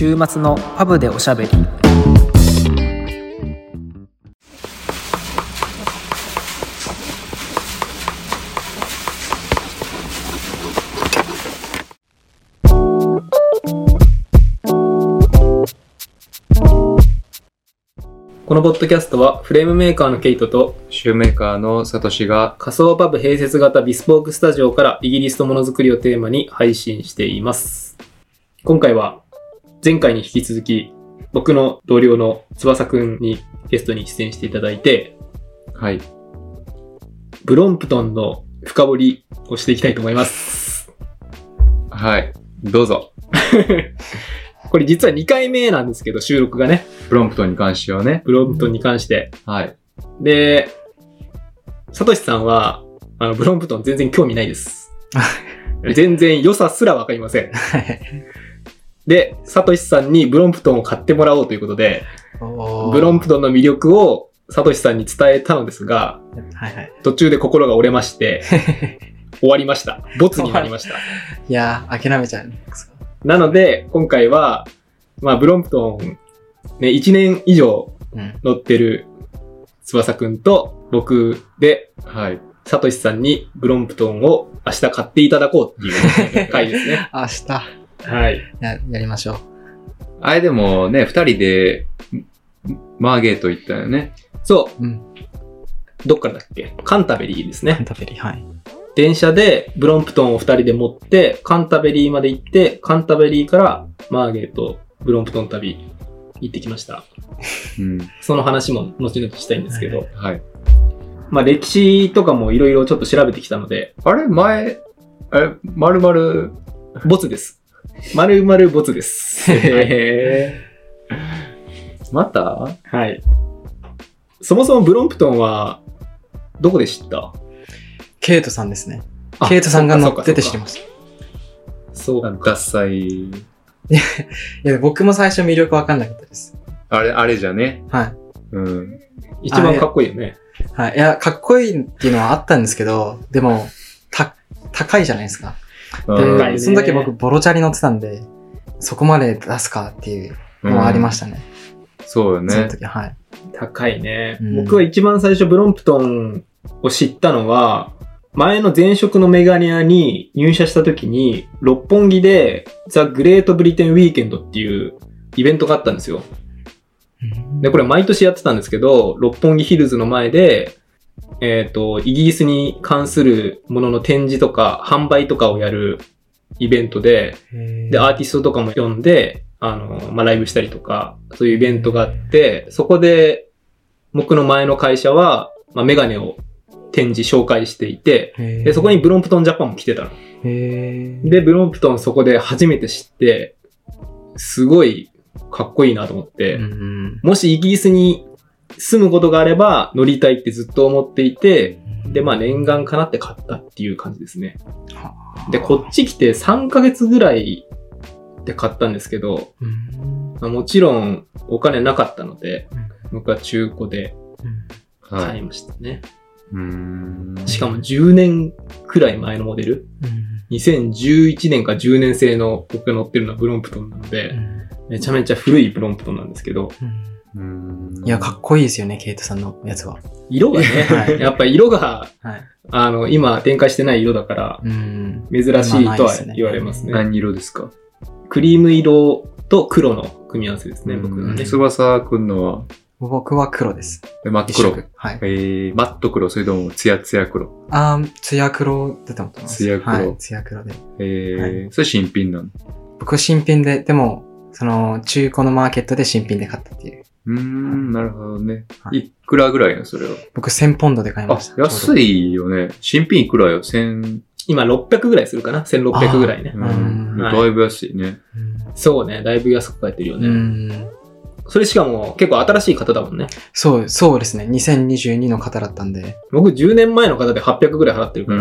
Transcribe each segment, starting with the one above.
週末のパブでおしゃべり。このポッドキャストはフレームメーカーのケイトとシューメーカーのサトシが仮想パブ併設型ビスポークスタジオからイギリスとものづくりをテーマに配信しています。今回は前回に引き続き僕の同僚の翼くんにゲストに出演していただいて、 はい、 ブロンプトンの深掘りをしていきたいと思います。 はい、どうぞ。 これ実は2回目なんですけど、収録がね。 ブロンプトンに関してはね。 ブロンプトンに関して。 はい。 で、サトシさんは、ブロンプトン全然興味ないです。全然良さすらわかりません。で、サトシさんにブロンプトンを買ってもらおうということで、ブロンプトンの魅力をサトシさんに伝えたのですが、 はいはい、 途中で心が折れまして、終わりました。ボツになりました。 いやー、諦めちゃう。 なので、今回は、ブロンプトン、ね、1年以上乗ってる翼くんと僕で、 はい。 サトシさんにブロンプトンを明日買っていただこうっていう回ですね。 明日。 はい。 やりましょう。 あれでもね、二人で、マーゲート行ったよね。 そう。うん。どっからだっけ？カンタベリーですね。 カンタベリー、はい。 電車でブロンプトンを2人で持ってカンタベリーまで行って、カンタベリーからマーゲートブロンプトン旅行ってきました。 うん、 その話も後々したいんですけど、 はい。 歴史とかもいろいろちょっと調べてきたので、 丸々 ボツです。丸々ボツです。 また？ はい。そもそもブロンプトンはどこで知った？ ケイトさんですね。ケイトさんが乗ってて知りました。 そうか。ダサい。 いや、僕も最初魅力わかんなかったです。 あれじゃね。 はい。 うん。 一番かっこいいよね。 はい。いや、かっこいいっていうのはあったんですけど、でも、高いじゃないですか。で、その時僕ボロチャリ乗ってたんで、そこまで出すかっていうのはありましたね。 そうよね。 その時、はい。 高いね。僕は一番最初ブロンプトンを知ったのは、前の前職のメガニアに入社した時に、六本木でザ・グレート・ブリテン・ウィーケンドっていうイベントがあったんですよ。で、これ毎年やってたんですけど、六本木ヒルズの前で、イギリスに関するものの展示とか販売とかをやるイベントで、で、アーティストとかも呼んで、ライブしたりとか、そういうイベントがあって、そこで、僕の前の会社は、メガネを展示紹介していて、で、そこにブロンプトンジャパンも来てたの。で、ブロンプトンそこで初めて知って、すごいかっこいいなと思って、もしイギリスに住むことがあれば乗りたいってずっと思っていて、で、念願かなって買ったっていう感じですね。で、こっち来て3ヶ月ぐらいで買ったんですけど、もちろんお金なかったので、僕は中古で買いましたね。しかも10年くらい前のモデル、2011年か10年製の僕が乗ってるのはブロンプトンなので、めちゃめちゃ古いブロンプトンなんですけど、 いや、かっこいいですよね、ケイトさんのやつは。 色がね、やっぱり色が、今展開してない色だから、珍しいとは言われますね。 何色ですか？ クリーム色と黒の組み合わせですね、僕のね。 翼くんのは？ 僕は黒です。 真っ黒。 はい。 マット黒、それともツヤツヤ黒？ ツヤ黒だと思ってます。 ツヤ黒。 はい、ツヤ黒で。 それ新品なの？ 僕は新品で、でも、中古のマーケットで新品で買ったっていう。 なるほどね。いくらぐらいのそれは？ 僕1000ポンドで買いました。 安いよね。新品いくらよ？ 今600ぐらいするかな？ 1600 ぐらいね。 だいぶ安いね。 そうね。だいぶ安く買えてるよね。それしかも結構新しい方だもんね。 そうですね。2022の方だったんで。 僕10年前の方で800ぐらい払ってるから、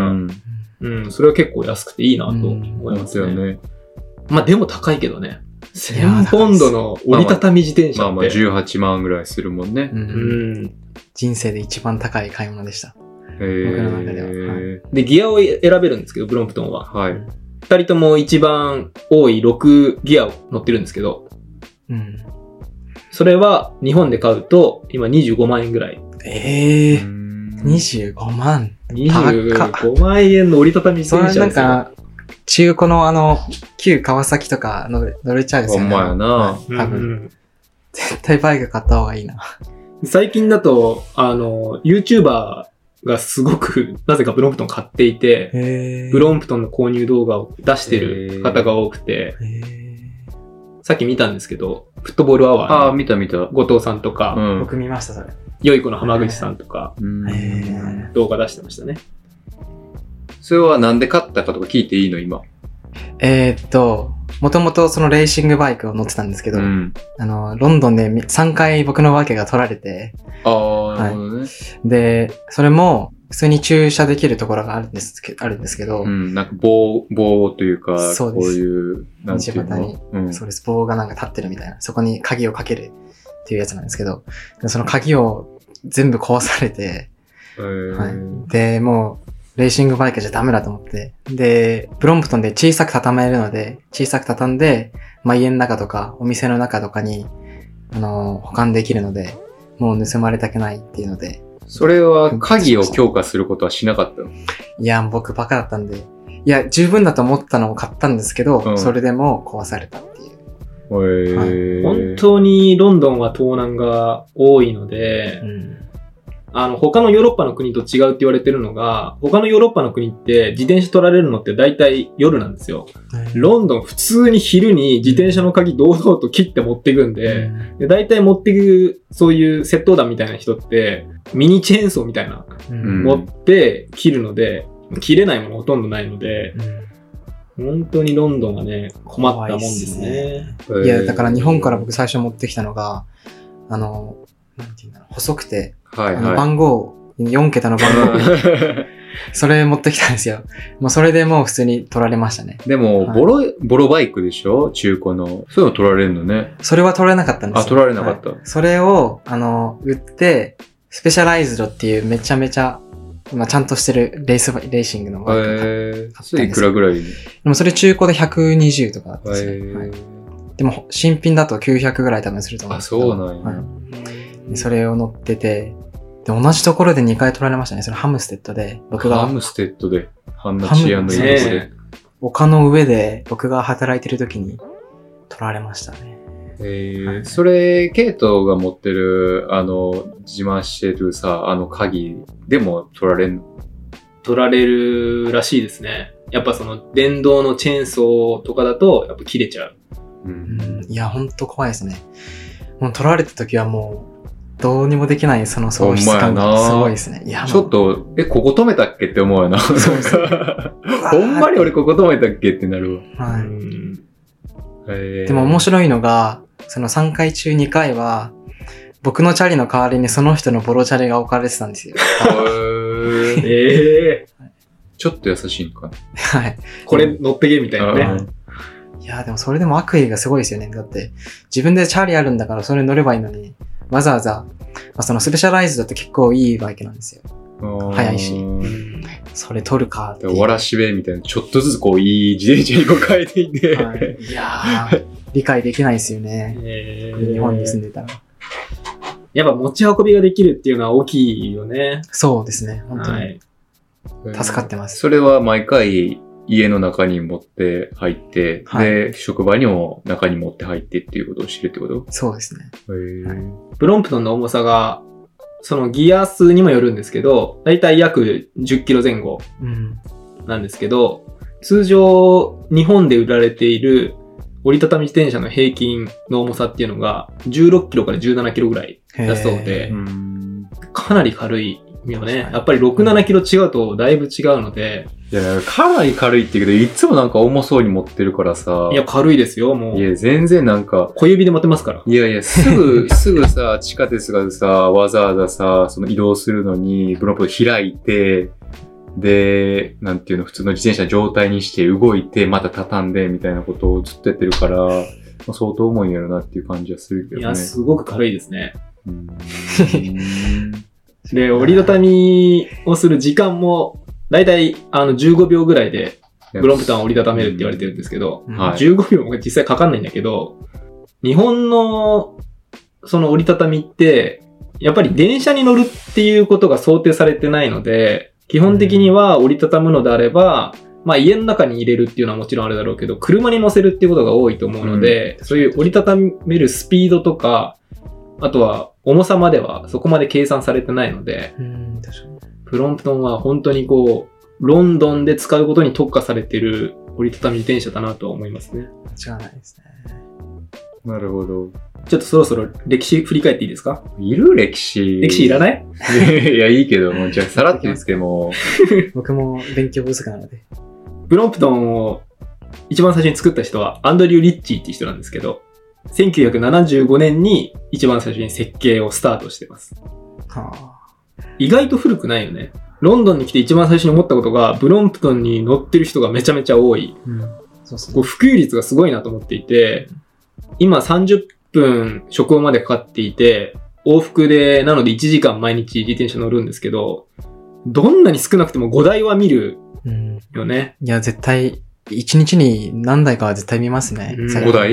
それは結構安くていいなと思いますよね。でも高いけどね。1000ポンドの折りたたみ自転車って。 18万ぐらいするもんね。 人生で一番高い買い物でした。僕の中では。 で、ギアを選べるんですけど、ブロンプトンは。 はい。 2人とも一番多い6ギアを乗ってるんですけど、 うん。 それは日本で買うと今25万円ぐらい。 25万。 25万円の折りたたみ自転車ですよ。 それなんか、中古の旧川崎とか乗れちゃうんですよね。 ほんまやな。 多分。絶対バイク買った方がいいな。 最近だと、YouTuber がすごく、なぜかブロンプトン買っていて、ブロンプトンの購入動画を出してる方が多くて、さっき見たんですけど、フットボールアワーの見た。 後藤さんとか、 僕見ました、それ。 良い子の浜口さんとか、動画出してましたね。 それはなんで買ったかとか聞いていいの今。 もともとそのレーシングバイクを乗ってたんですけど、ロンドンで3回僕のわけが取られて、 なるほどね。 で、それも普通に駐車できるところがあるんですけど、 なんか棒というか、 そうです。 こういう、 なんていうの、そうです。棒がなんか立ってるみたいな、そこに鍵をかけるっていうやつなんですけど、その鍵を全部壊されて、で、もう、レーシングバイクじゃダメだと思って。で、ブロンプトンで小さく畳めるので、小さく畳んで、家の中とか、お店の中とかに、保管できるので、もう盗まれたくないっていうので。 それは鍵を強化することはしなかったの？ いや、僕バカだったんで。いや、十分だと思ったのを買ったんですけど、それでも壊されたっていう。 本当にロンドンは盗難が多いので、他のヨーロッパの国と違うって言われてるのが、他のヨーロッパの国って自転車取られるのって大体夜なんですよ。ロンドン普通に昼に自転車の鍵堂々と切って持っていくんで、大体持っていくそういう窃盗団みたいな人ってミニチェーンソーみたいな、持って切るので、切れないものほとんどないので、本当にロンドンはね、困ったもんですね。 いや、だから日本から僕最初持ってきたのが、なんていうんだろう、細くて、番号、4桁の番号、それ持ってきたんですよ。もうそれでもう普通に取られましたね。 でも、ボロバイクでしょ？中古の。そういうの取られるのね。 それは取られなかったんですよ。 取られなかった。 それを、売って、スペシャライズドっていうめちゃめちゃ、ちゃんとしてるレーシングのバイク買ったんですよ。 それいくらぐらい？でもそれ中古で120とかだったんですよ。でも、新品だと900ぐらい多分すると思うんですけど。 そうなんや。 それを乗ってて、で、同じところで2回取られましたね。それハムステッドで、 ハムステッドで、ハンナチアの家で。 丘の上で僕が働いてる時に取られましたね。 それ、ケイトが持ってる、自慢してるさ、鍵でも取られんの？ 取られるらしいですね。やっぱその電動のチェーンソーとかだと、やっぱ切れちゃう。 いや、ほんと怖いですね。もう取られた時はもう、どうにもできないその喪失感がすごいですね。いや、 ちょっと、ここ止めたっけって思うよな。そうです。ほんまに俺ここ止めたっけってなるわ。 はい。でも面白いのが、その3回中2回は、僕のチャリの代わりにその人のボロチャリが置かれてたんですよ。 ちょっと優しいのかな。 はい。 これ乗ってけみたいなね。 いや、でもそれでも悪意がすごいですよね。だって、自分でチャリあるんだからそれ乗ればいいのに、わざわざ、そのスペシャライズだと結構いいバイクなんですよ。速いし。それ取るかって。 わらしべみたいな、ちょっとずつこういい自転車にこう変えていって。 いやー、理解できないですよね。日本に住んでたら。 やっぱ持ち運びができるっていうのは大きいよね。 そうですね。本当に。助かってます。 それは毎回家の中に持って入って、で、職場にも中に持って入ってっていうことを知るってこと？ そうですね。 ブロンプトンの重さが、そのギア数にもよるんですけど、だいたい約10キロ前後なんですけど、通常日本で売られている折りたたみ自転車の平均の重さっていうのが16キロから17キロぐらいだそうで、かなり軽いよね。やっぱり6、7キロ違うとだいぶ違うので。 いや、かなり軽いって言うけど、いつもなんか重そうに持ってるからさ。 いや、軽いですよ、もう。 いや、全然なんか。 小指で持てますから。 いやいや、すぐさ、地下鉄がさ、わざわざさ、その移動するのに、ブロック開いて、で、なんていうの、普通の自転車状態にして動いて、また畳んで、みたいなことをずっとやってるから、相当重いんやろなっていう感じはするけどね。 いや、すごく軽いですね。で、折りたたみをする時間も、だいたい15秒ぐらいで、ブロンプトンを折りたためるって言われてるんですけど、15秒も実際かかんないんだけど、 日本のその折りたたみって、やっぱり電車に乗るっていうことが想定されてないので、基本的には折りたたむのであれば、まあ家の中に入れるっていうのはもちろんあるだろうけど、車に乗せるっていうことが多いと思うので、そういう折りたためるスピードとか、あとは重さまではそこまで計算されてないので、 確かに。 ブロンプトンは本当にこう、ロンドンで使うことに特化されている折りたたみ自転車だなとは思いますね。 間違いないですね。 なるほど。 ちょっとそろそろ歴史振り返っていいですか？ いる歴史。 歴史いらない？ いや、いいけど、もうじゃあさらっと言うんですけども。 僕も勉強不足なので。 ブロンプトンを一番最初に作った人はアンドリュー・リッチーっていう人なんですけど、1975年に一番最初に設計をスタートしてます。意外と古くないよね。ロンドンに来て一番最初に思ったことが、ブロンプトンに乗ってる人がめちゃめちゃ多い。こう普及率がすごいなと思っていて、今30分職場までかかっていて、往復で、なので1時間毎日自転車乗るんですけど、どんなに少なくても5台は見るよね。 いや、絶対、1日に何台かは絶対見ますね。 5台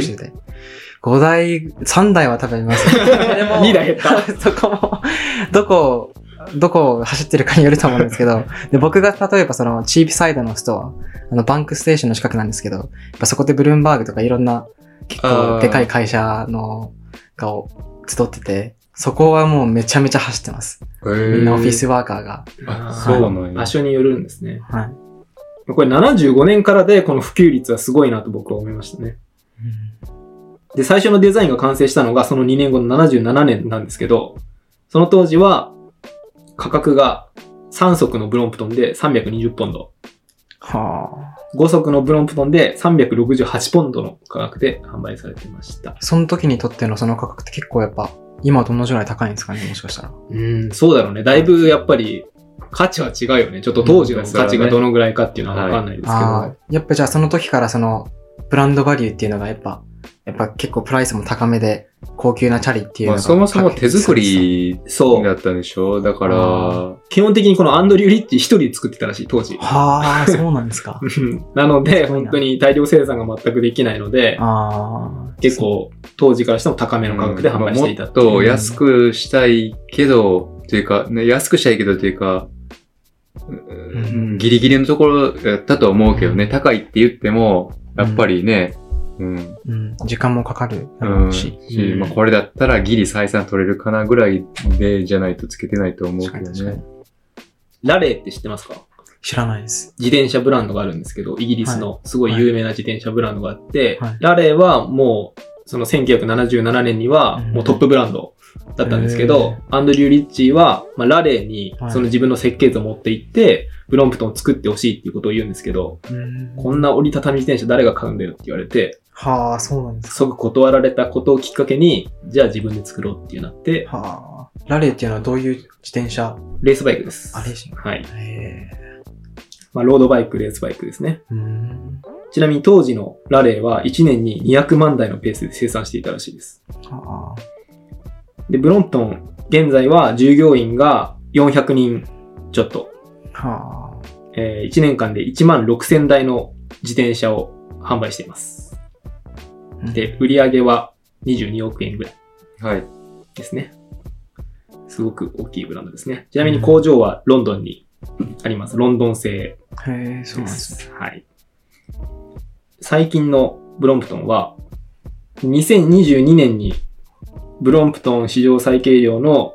?5 台、3台は多分見ます。 でも2台減った。 そこも、どこを走ってるかによると思うんですけど、で僕が例えばそのチープサイドのストア、バンクステーションの近くなんですけど、やっぱそこでブルームバーグとかいろんな結構でかい会社のが集ってて、そこはもうめちゃめちゃ走ってます。みんなオフィスワーカーが。 そうなんや。 場所によるんですね。 はい。 これ75年からでこの普及率はすごいなと僕は思いましたね。で、最初のデザインが完成したのがその2年後の77年なんですけど、その当時は価格が3速のブロンプトンで320ポンド。5速のブロンプトンで368ポンドの価格で販売されてました。 その時にとってのその価格って結構やっぱ、今はどのぐらい高いんですかね、もしかしたら。 そうだろうね。だいぶやっぱり価値は違うよね。ちょっと当時の価値がどのぐらいかっていうのはわかんないですけど。 やっぱじゃあその時からそのブランドバリューっていうのがやっぱ結構プライスも高めで高級なチャリっていうのが、 そもそも手作りだったんでしょ。だから基本的にこのアンドリュー・リッチ一人で作ってたらしい当時。 そうなんですか。 なので本当に大量生産が全くできないので、結構当時からしても高めの価格で販売していたもっと安くしたいけどというか、ね、安くしたいけどというか、ギリギリのところだったと思うけどね、高いって言ってもやっぱりね。 時間もかかるし、 これだったらギリ採算取れるかなぐらいでじゃないとつけてないと思うけどね。 ラレーって知ってますか？ 知らないです。 自転車ブランドがあるんですけど、イギリスのすごい有名な自転車ブランドがあって、ラレーはもうその1977年にはもうトップブランドだったんですけど、アンドリュー・リッチーは、ラレーにその自分の設計図を持って行って、ブロンプトンを作ってほしいっていうことを言うんですけど、こんな折りたたみ自転車誰が買うんだよって言われて、 そうなんですか。 即断られたことをきっかけに、じゃあ自分で作ろうっていうなって。 ラレーっていうのはどういう自転車？ レースバイクです。 レーシング。 はい。ロードバイク、レースバイクですね。ちなみに当時のラレーは1年に200万台のペースで生産していたらしいです。で、ブロンプトン、現在は従業員が400人ちょっと。1年間で1万6000台の自転車を販売しています。で、売上は22億円ぐらいですね。すごく大きいブランドですね。ちなみに工場はロンドンにあります。ロンドン製です。 そうなんですね。 はい。最近のブロンプトンは、2022年にブロンプトン史上最軽量の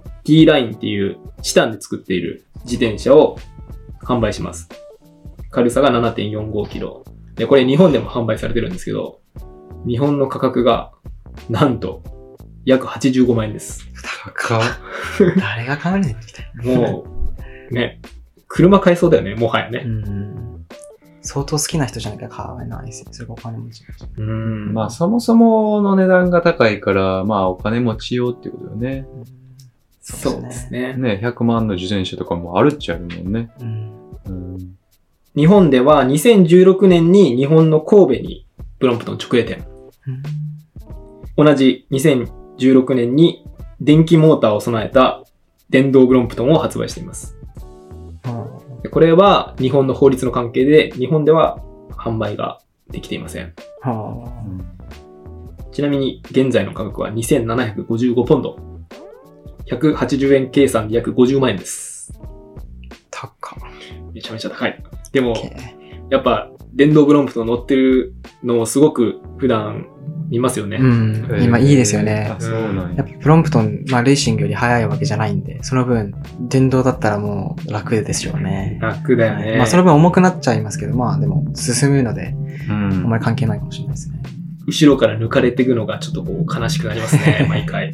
T ラインっていうチタンで作っている自転車を販売します。軽さが 7.45 キロ。で、これ日本でも販売されてるんですけど、日本の価格がなんと約85万円です。 高っ。 誰が買わないんみたいな。もう、ね、車買いそうだよね、もはやね。 相当好きな人じゃなきゃ買えないですよ。それがお金持ち。 そもそもの値段が高いから、お金持ちよってことよね。 そうですね。 100万の自転車とかもあるっちゃあるもんね。 日本では2016年に日本の神戸にブロンプトン直営店。同じ2016年に電気モーターを備えた電動ブロンプトンを発売しています。これは日本の法律の関係で日本では販売ができていません。 ちなみに現在の価格は2755ポンド。180円計算で約50万円です。 高っ。 めちゃめちゃ高い。でも、やっぱ電動ブロンプトン乗ってるのをすごく普段見ますよね。 今いいですよね。 そうなんやっぱブロンプトン、レーシングより速いわけじゃないんで、その分、電動だったらもう楽でしょうね。 楽だよね。 その分重くなっちゃいますけど、でも進むので、あんまり関係ないかもしれないですね。 後ろから抜かれていくのがちょっと悲しくなりますね、毎回。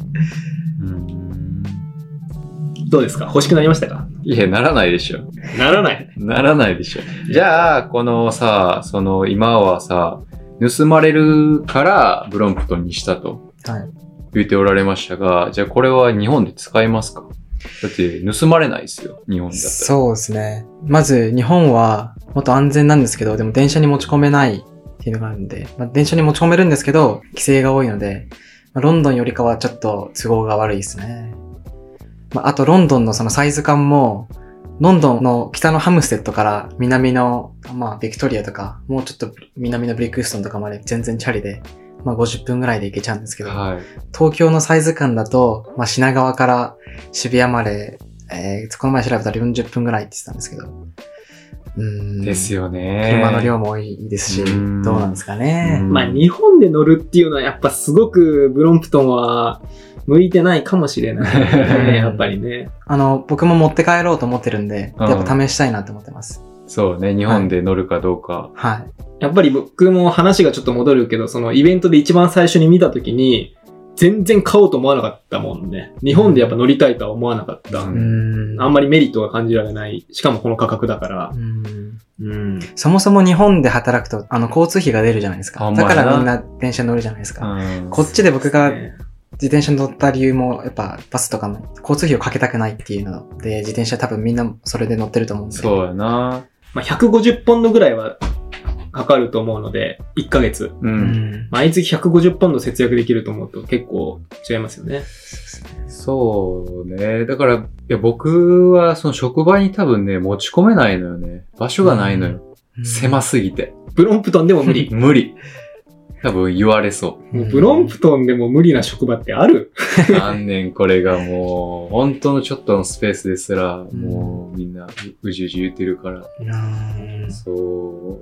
どうですか？欲しくなりましたか？ いや、ならないでしょ。 ならない。 ならないでしょ。じゃあ、このさ、今はさ、盗まれるからブロンプトンにしたと言っておられましたが、じゃあこれは日本で使えますか？だって盗まれないですよ、日本だったら。 そうですね。まず日本はもっと安全なんですけど、でも電車に持ち込めないっていうのがあるんで、電車に持ち込めるんですけど、規制が多いので、ロンドンよりかはちょっと都合が悪いですね。あとロンドンのそのサイズ感も、ロンドンの北のハムステッドから南の、ビクトリアとか、もうちょっと南のブリクストンとかまで全然チャリで、50分ぐらいで行けちゃうんですけど、東京のサイズ感だと、品川から渋谷まで、この前調べたら40分ぐらいって言ってたんですけど、 ですよね。 車の量も多いですし、どうなんですかね。 日本で乗るっていうのはやっぱすごくブロンプトンは向いてないかもしれないね。やっぱりね。 僕も持って帰ろうと思ってるんで、やっぱ試したいなと思ってます。 そうね、日本で乗るかどうか。 はい。 やっぱり僕も話がちょっと戻るけど、そのイベントで一番最初に見たときに、全然買おうと思わなかったもんね。日本でやっぱ乗りたいとは思わなかった。あんまりメリットが感じられない。しかもこの価格だから。 そもそも日本で働くと、交通費が出るじゃないですか。だからみんな電車乗るじゃないですか。こっちで僕が自転車に乗った理由も、やっぱバスとかの交通費をかけたくないっていうので、自転車多分みんなそれで乗ってると思うんで。 そうやな。 150ポンドぐらいはかかると思うので、1ヶ月。毎月150ポンド節約できると思うと結構違いますよね。 そうね。だから、僕はその職場に多分ね、持ち込めないのよね。場所がないのよ。狭すぎて。 ブロンプトンでも無理。 無理。多分言われそう。 もうブロンプトンでも無理な職場ってある？ 何年これがもう、本当のちょっとのスペースですら、もうみんなうじうじ言ってるから。そう。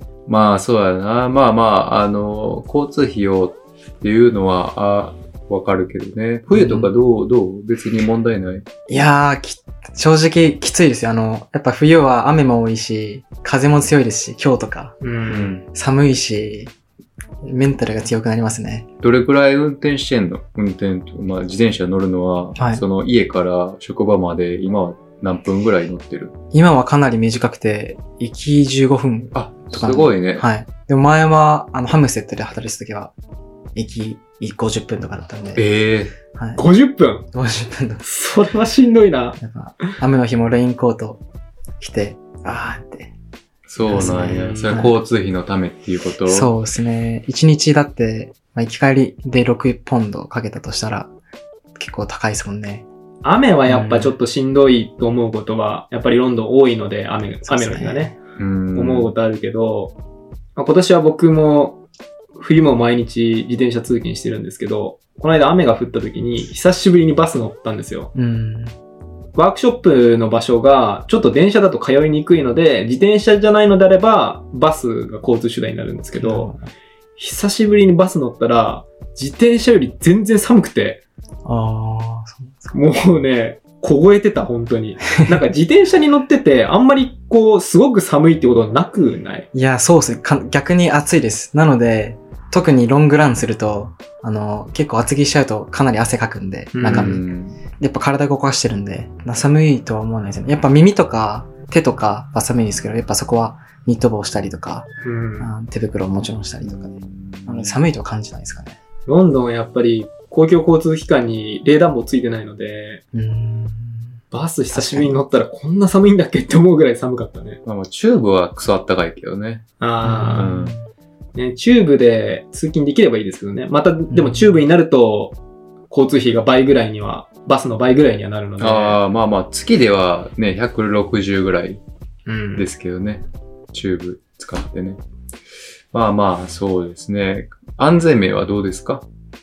そうやな。交通費用っていうのは、わかるけどね。冬とかどう別に問題ない？ いやー、正直きついですよ。やっぱ冬は雨も多いし、風も強いですし、今日とか。寒いし、メンタルが強くなりますね。 どれくらい運転してんの？運転と、自転車乗るのは、その家から職場まで今は何分ぐらい乗ってる？ 今はかなり短くて、行き15分とか。 すごいね。 はい。でも前は、ハムステッドで働いてた時は、行き50分とかだったんで。 はい、50分 ?50 分とか。 それはしんどいな。 やっぱ雨の日もレインコート着て、って。 そうなんや。それ交通費のためっていうこと？ そうですね。1日だって、行き帰りで6ポンドかけたとしたら、結構高いですもんね。 雨はやっぱちょっとしんどいと思うことは、やっぱりロンドン多いので、雨の日がね。思うことあるけど、今年は僕も冬も毎日自転車通勤してるんですけど、この間雨が降った時に久しぶりにバス乗ったんですよ。ワークショップの場所がちょっと電車だと通いにくいので、自転車じゃないのであればバスが交通手段になるんですけど、久しぶりにバス乗ったら自転車より全然寒くて、もうね、凍えてた、本当に。なんか自転車に乗ってて、あんまりすごく寒いってことなくない？ いや、そうですね。逆に暑いです。なので、特にロングランすると、結構厚着しちゃうとかなり汗かくんで、中身。やっぱ体動かしてるんで、寒いとは思わないですよね。やっぱ耳とか手とかは寒いですけど、やっぱそこはニット帽したりとか、手袋をもちろんしたりとかで、寒いとは感じないですかね。 ロンドンはやっぱり公共交通機関に冷暖房ついてないので、バス久しぶりに乗ったらこんな寒いんだっけって思うぐらい寒かったね。 チューブはクソあったかいけどね。 ね、チューブで通勤できればいいですけどね。また、でもチューブになると、交通費が倍ぐらいには、バスの倍ぐらいにはなるので。 月ではね、160ぐらいですけどね。チューブ使ってね。そうですね。安全面はどうですか？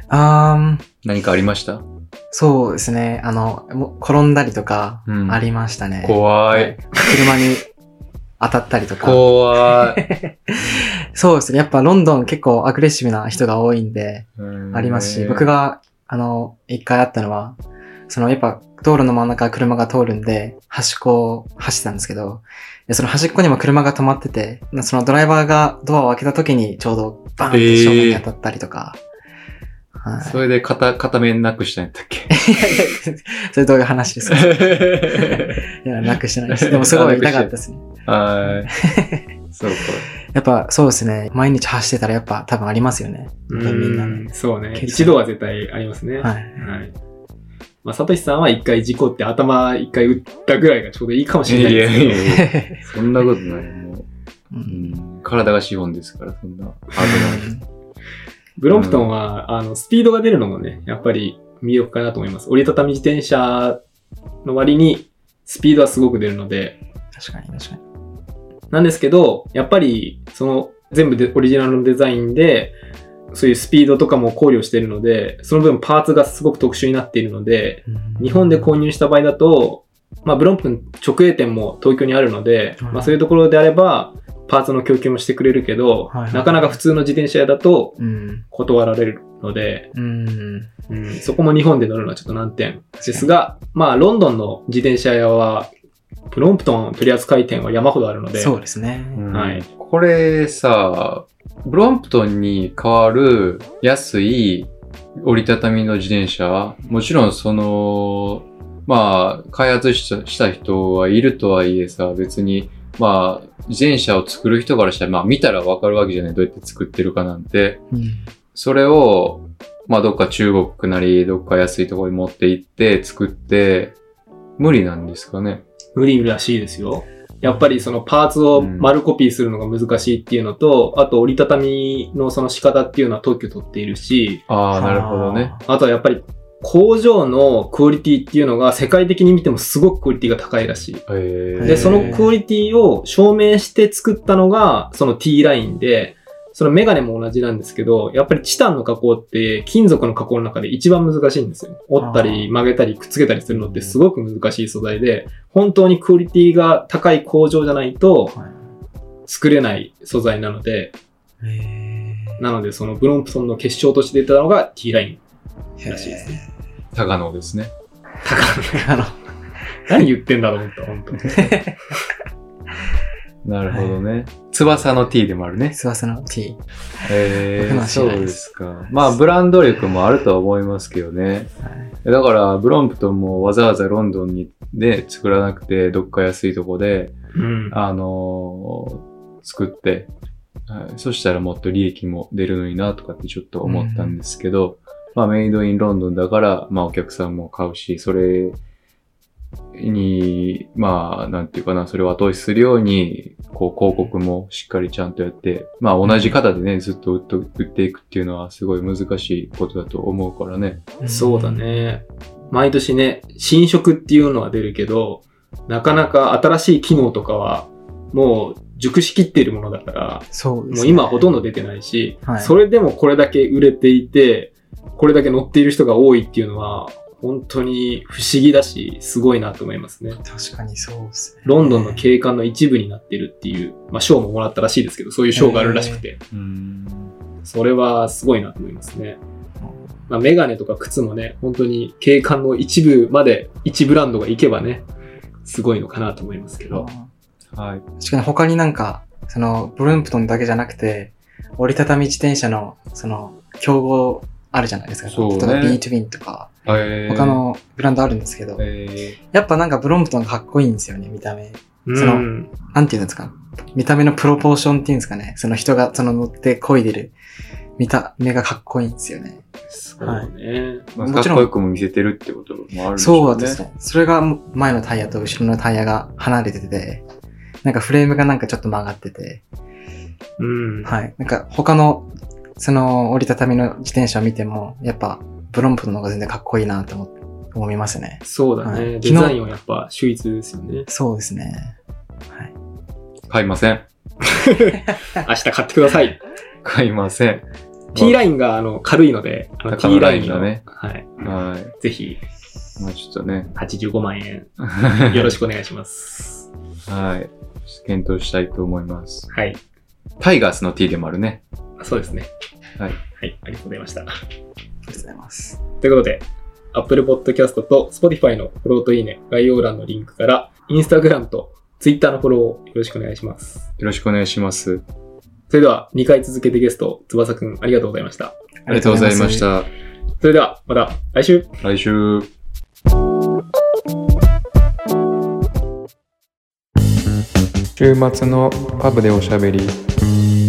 何かありました？ そうですね。転んだりとか、ありましたね。 怖い。 車に当たったりとか。 怖い。 そうですね。やっぱロンドン結構アグレッシブな人が多いんで、ありますし、僕が、一回あったのは、やっぱ道路の真ん中車が通るんで、端っこを走ってたんですけど、その端っこにも車が止まってて、そのドライバーがドアを開けた時にちょうどバーンって正面に当たったりとか。 はい、それで片面なくしたんやったっけ？ それどういう話ですか？いや、なくしてないです。でもすごい痛かったですね。 はい。そうか。 やっぱそうですね。毎日走ってたらやっぱ多分ありますよね。みんなね。 そうね。一度は絶対ありますね。 はい。 はい。まあ、サトシさんは一回事故って頭一回打ったぐらいがちょうどいいかもしれないですけど。 いやそんなことない。もう、体が資本ですから、そんな。 ブロンプトンは、スピードが出るのもね、やっぱり魅力かなと思います。折りたたみ自転車の割に、スピードはすごく出るので。 確かに。 なんですけど、やっぱり、全部でオリジナルのデザインで、そういうスピードとかも考慮しているので、その分パーツがすごく特殊になっているので、日本で購入した場合だと、まあ、ブロンプトン直営店も東京にあるので、まあ、そういうところであれば、パーツの供給もしてくれるけど、なかなか普通の自転車屋だと断られるので、そこも日本で乗るのはちょっと難点ですが、まあロンドンの自転車屋はブロンプトン取扱店は山ほどあるので、 そうですね。 はい。 これさ、ブロンプトンに代わる安い折りたたみの自転車、もちろんまあ開発した人はいるとはいえさ、別にまあ、自転車を作る人からしたら、まあ見たらわかるわけじゃない。どうやって作ってるかなんて。それを、まあどっか中国なり、どっか安いところに持って行って作って、無理なんですかね。 無理らしいですよ。やっぱりそのパーツを丸コピーするのが難しいっていうのと、あと折りたたみのその仕方っていうのは特許取っているし。 ああ、なるほどね。 あとはやっぱり工場のクオリティっていうのが世界的に見てもすごくクオリティが高いらしい。で、そのクオリティを証明して作ったのがその T ラインで、そのメガネも同じなんですけど、やっぱりチタンの加工って金属の加工の中で一番難しいんですよ。折ったり曲げたりくっつけたりするのってすごく難しい素材で、本当にクオリティが高い工場じゃないと作れない素材なので、なのでそのブロンプトンの結晶として出たのが T ラインらしいですね。 高野ですね。 高野。何言ってんだろうと思った、本当。なるほどね。翼の T でもあるね。 翼の T。 そうですか。まあ、ブランド力もあるとは思いますけどね。だから、ブロンプトンもわざわざロンドンで作らなくて、どっか安いとこで、作って、そしたらもっと利益も出るのになとかってちょっと思ったんですけど、まあメイドインロンドンだから、まあお客さんも買うし、それに、まあなんていうかな、それを後押しするように、こう広告もしっかりちゃんとやって、まあ同じ型でね、ずっと売っていくっていうのはすごい難しいことだと思うからね。 そうだね。毎年ね、新色っていうのは出るけど、なかなか新しい機能とかは、もう熟しきっているものだから、 そうですね、 もう今ほとんど出てないし、 はい、 それでもこれだけ売れていて、これだけ乗っている人が多いっていうのは、本当に不思議だし、すごいなと思いますね。 確かにそうですね。 ロンドンの景観の一部になっているっていう、まあ賞ももらったらしいですけど、そういう賞があるらしくて。それはすごいなと思いますね。まあ、メガネとか靴もね、本当に景観の一部まで一ブランドがいけばね、すごいのかなと思いますけど。 はい。 確かに他になんか、ブルンプトンだけじゃなくて、折りたたみ自転車の、競合あるじゃないですか。 そうね。 例えばビートウィンとか、他のブランドあるんですけど、やっぱなんかブルンプトンがかっこいいんですよね、見た目。なんていうんですか。見た目のプロポーションっていうんですかね。その人が乗って漕いでる見た目がかっこいいんですよね。 そうね。 はい、まあ、かっこよくも見せてるってこともあるんでしょうね。 そうですね。それが前のタイヤと後ろのタイヤが離れてて、なんかフレームがなんかちょっと曲がってて、はい。なんか他の折りたたみの自転車を見ても、やっぱブロンプトンの方が全然かっこいいなと思いますね。 そうだね。はい、デザインはやっぱ秀逸ですよね。 そうですね。はい。 買いません。 明日買ってください。 買いません。 T ラインが軽いので、T ラインのね。 はい。 はい。 ぜひ、 まあちょっとね。 85万円、よろしくお願いします。 はい。検討したいと思います。 はい。 タイガースの T でもあるね。 そうですね。 はい。 はい、ありがとうございました。 ありがとうございます。 ということで、Apple Podcast と Spotify のフォローといいね、概要欄のリンクから、Instagram と Twitter のフォローをよろしくお願いします。 よろしくお願いします。 それでは、2回続けてゲスト、翼くん、ありがとうございました。 ありがとうございました。 それでは、また来週。 来週。週末のパブでおしゃべり。